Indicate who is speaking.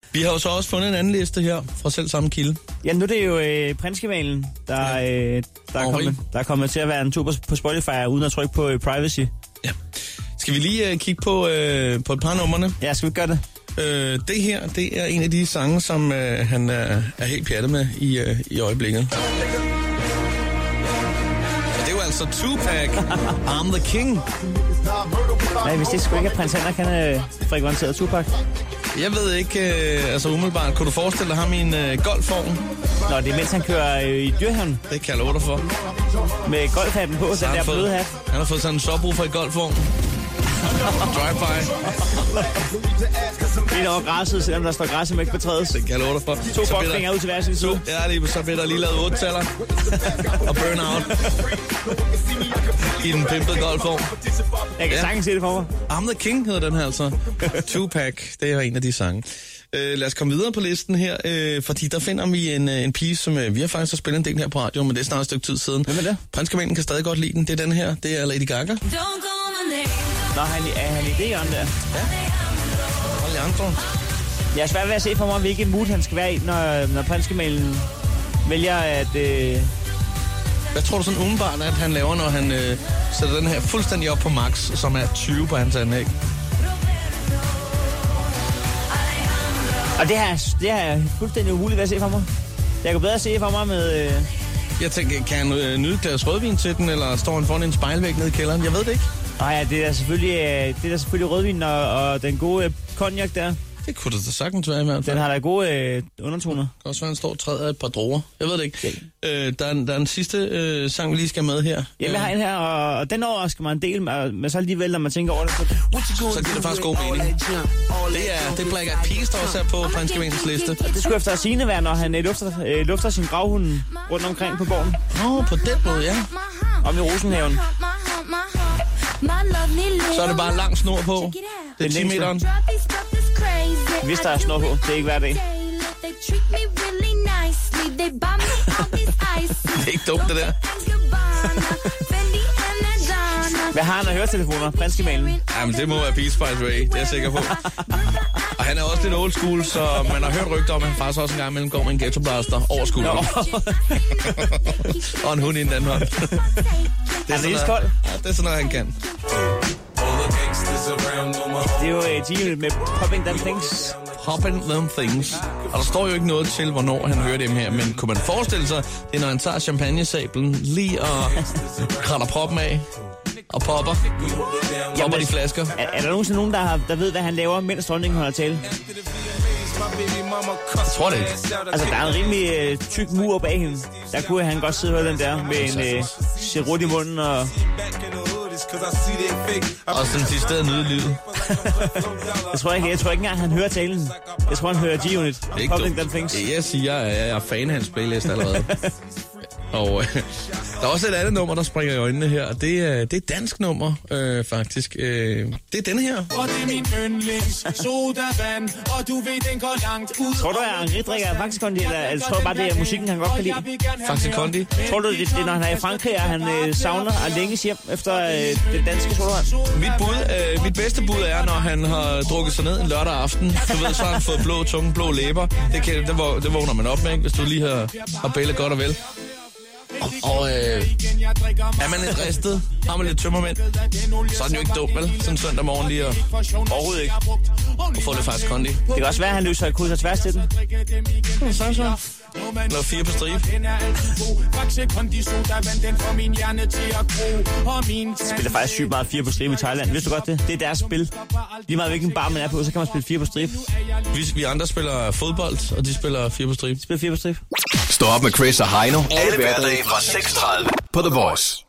Speaker 1: Vi har jo så også fundet en anden liste her fra selv samme kilde.
Speaker 2: Ja, nu er det jo Prinskevalen, der er kommet til at være en tur på Spotify, uden at trykke på privacy.
Speaker 1: Ja. Skal vi lige kigge på et par numrene?
Speaker 2: Ja, skal vi gøre det?
Speaker 1: Det her, det er en af de sange, som han er helt pjattet med i øjeblikket. Og det er jo altså Tupac, I'm the King.
Speaker 2: Nej, hvis det sgu ikke er prins Henrik, han er frekventeret Tupac.
Speaker 1: Jeg ved ikke, altså umiddelbart, kunne du forestille dig ham i en golfvogn?
Speaker 2: Nå, det er mens han kører i Dyrehaven.
Speaker 1: Det kan jeg love dig for.
Speaker 2: Med golfhatten på, den der bløde hat.
Speaker 1: Han har fået sådan en subwoofer i golfvogn. Drive-by.
Speaker 2: Lige over græsset, selvom der står græssemæk på træet.
Speaker 1: Det kan jeg love dig for.
Speaker 2: 2 bokfinger ud til hver sin side.
Speaker 1: Ja, lige så bliver der lige lavet 8-taller. Og burnout. I den pimpede golfvogn.
Speaker 2: Jeg kan sagtens se det for mig.
Speaker 1: I'm the King hedder den her altså. Tupac, det er en af de sange. Lad os komme videre på listen her, fordi der finder vi en pige, som vi har faktisk spillet en del her på radio, men det er snart et stykke tid siden.
Speaker 2: Hvem er det?
Speaker 1: Prinskevalen kan stadig godt lide den. Det er den her. Det er Lady Gaga.
Speaker 2: Nå, er han i det hjørne der?
Speaker 1: Ja. Og Leandro.
Speaker 2: Jeg er svært ved at se for mig, hvilken mood han skal være i, når Prinskevalen vælger at...
Speaker 1: Hvad tror du sådan umiddelbart, at han laver, når han sætter den her fuldstændig op på max, som er 20 på hans anlæg?
Speaker 2: Og det her er fuldstændig umuligt ved at se for mig. Jeg kan bedre se for mig med...
Speaker 1: Jeg tænker, kan han nyde et glas rødvin til den, eller står han foran en spejlvæg nede i kælderen? Jeg ved det ikke.
Speaker 2: Nej, ja, det er selvfølgelig rødvin og den gode cognac der.
Speaker 1: Det kunne det da sagtens være i hvert fald.
Speaker 2: Den har da gode undertoner.
Speaker 1: Det kan også være, han står og træder et par droger. Jeg ved det ikke. Okay. Der er en sidste sang, vi lige skal med her.
Speaker 2: Ja, jeg har en her, og den overrasker mig en del, men så alligevel, når man tænker over det.
Speaker 1: Så giver det faktisk god mening. Det er Black Eyed Peas, der også er på Prinskevælens liste.
Speaker 2: Det skulle efter sigende være, når han lufter sin gravhund rundt omkring på gården.
Speaker 1: På den måde, ja.
Speaker 2: Om i Rosenhaven.
Speaker 1: Så er det bare en lang snor på. Det er 10 meteren.
Speaker 2: Hvis der er snor på, det er ikke hver dag.
Speaker 1: Det er ikke dumt, det der.
Speaker 2: Hvad har han af høretelefoner? Prinskevalen?
Speaker 1: Jamen, det må være Beach by Dre, det er jeg sikker på. Og han er også lidt old school, så man har hørt rygter om, at han faktisk også en gang imellem går med en ghetto blaster over skulderen. Og en hund i den anden hånd.
Speaker 2: Det er iskold.
Speaker 1: Ja, det er sådan noget, han kan.
Speaker 2: Det er jo Gio med Popping Them Things.
Speaker 1: Popping Them Things. Og der står jo ikke noget til, hvornår han hører dem her, men kunne man forestille sig, det er, når han tager champagnesablen lige og kratter proppen af og popper de flasker.
Speaker 2: Er der nogen, der ved, hvad han laver, mens dronningen holder tale?
Speaker 1: Jeg tror det ikke.
Speaker 2: Altså, der er en rimelig tyk mur bag hende. Der kunne han godt sidde og høre den der med en cerut i munden og...
Speaker 1: Og sådan til stedet nyde livet.
Speaker 2: Jeg tror ikke engang, han hører talen. Jeg tror, han hører G-Unit. Popping Them Things.
Speaker 1: Jeg siger, jeg er fan af hans playlist allerede. Og der er også et andet nummer, der springer i øjnene her, og det er et dansk nummer, faktisk. Det er denne her.
Speaker 3: Og det er min yndlings sodavand, og du ved, den går langt ud.
Speaker 2: Tror du, at Henri drikker Faxe Kondi, eller tror du bare, det er musikken, han godt kan lide?
Speaker 1: Faxe Kondi?
Speaker 2: Tror du, det er, når han er i Frankrig, og han savner at længes hjem efter den danske sodavand?
Speaker 1: Mit bedste bud er, når han har drukket sig ned en lørdag aften. Du ved, så har han fået blå tunge, blå læber. Det vågner man op med, ikke? Hvis du lige har bællet godt og vel. Og er man lidt ristet, har man lidt tømmermænd, så er den jo ikke dum, vel? Sådan søndag morgen lige og overhovedet ikke. Og får det faktisk Kondi.
Speaker 2: Det kan også være, at han løser et kryds og tværs til den.
Speaker 1: Så. Eller 4 på stribe.
Speaker 2: Spiller faktisk sygt meget 4 på stribe i Thailand. Vidste du godt det? Det er deres spil. Lige meget hvilken bar man er på, så kan man spille 4 på stribe.
Speaker 1: Vi andre spiller fodbold, og de spiller 4 på stribe.
Speaker 2: De spiller 4 på stribe.
Speaker 4: Stå op med Chris og Heino. Alle hverdage fra 6:30 på The Voice.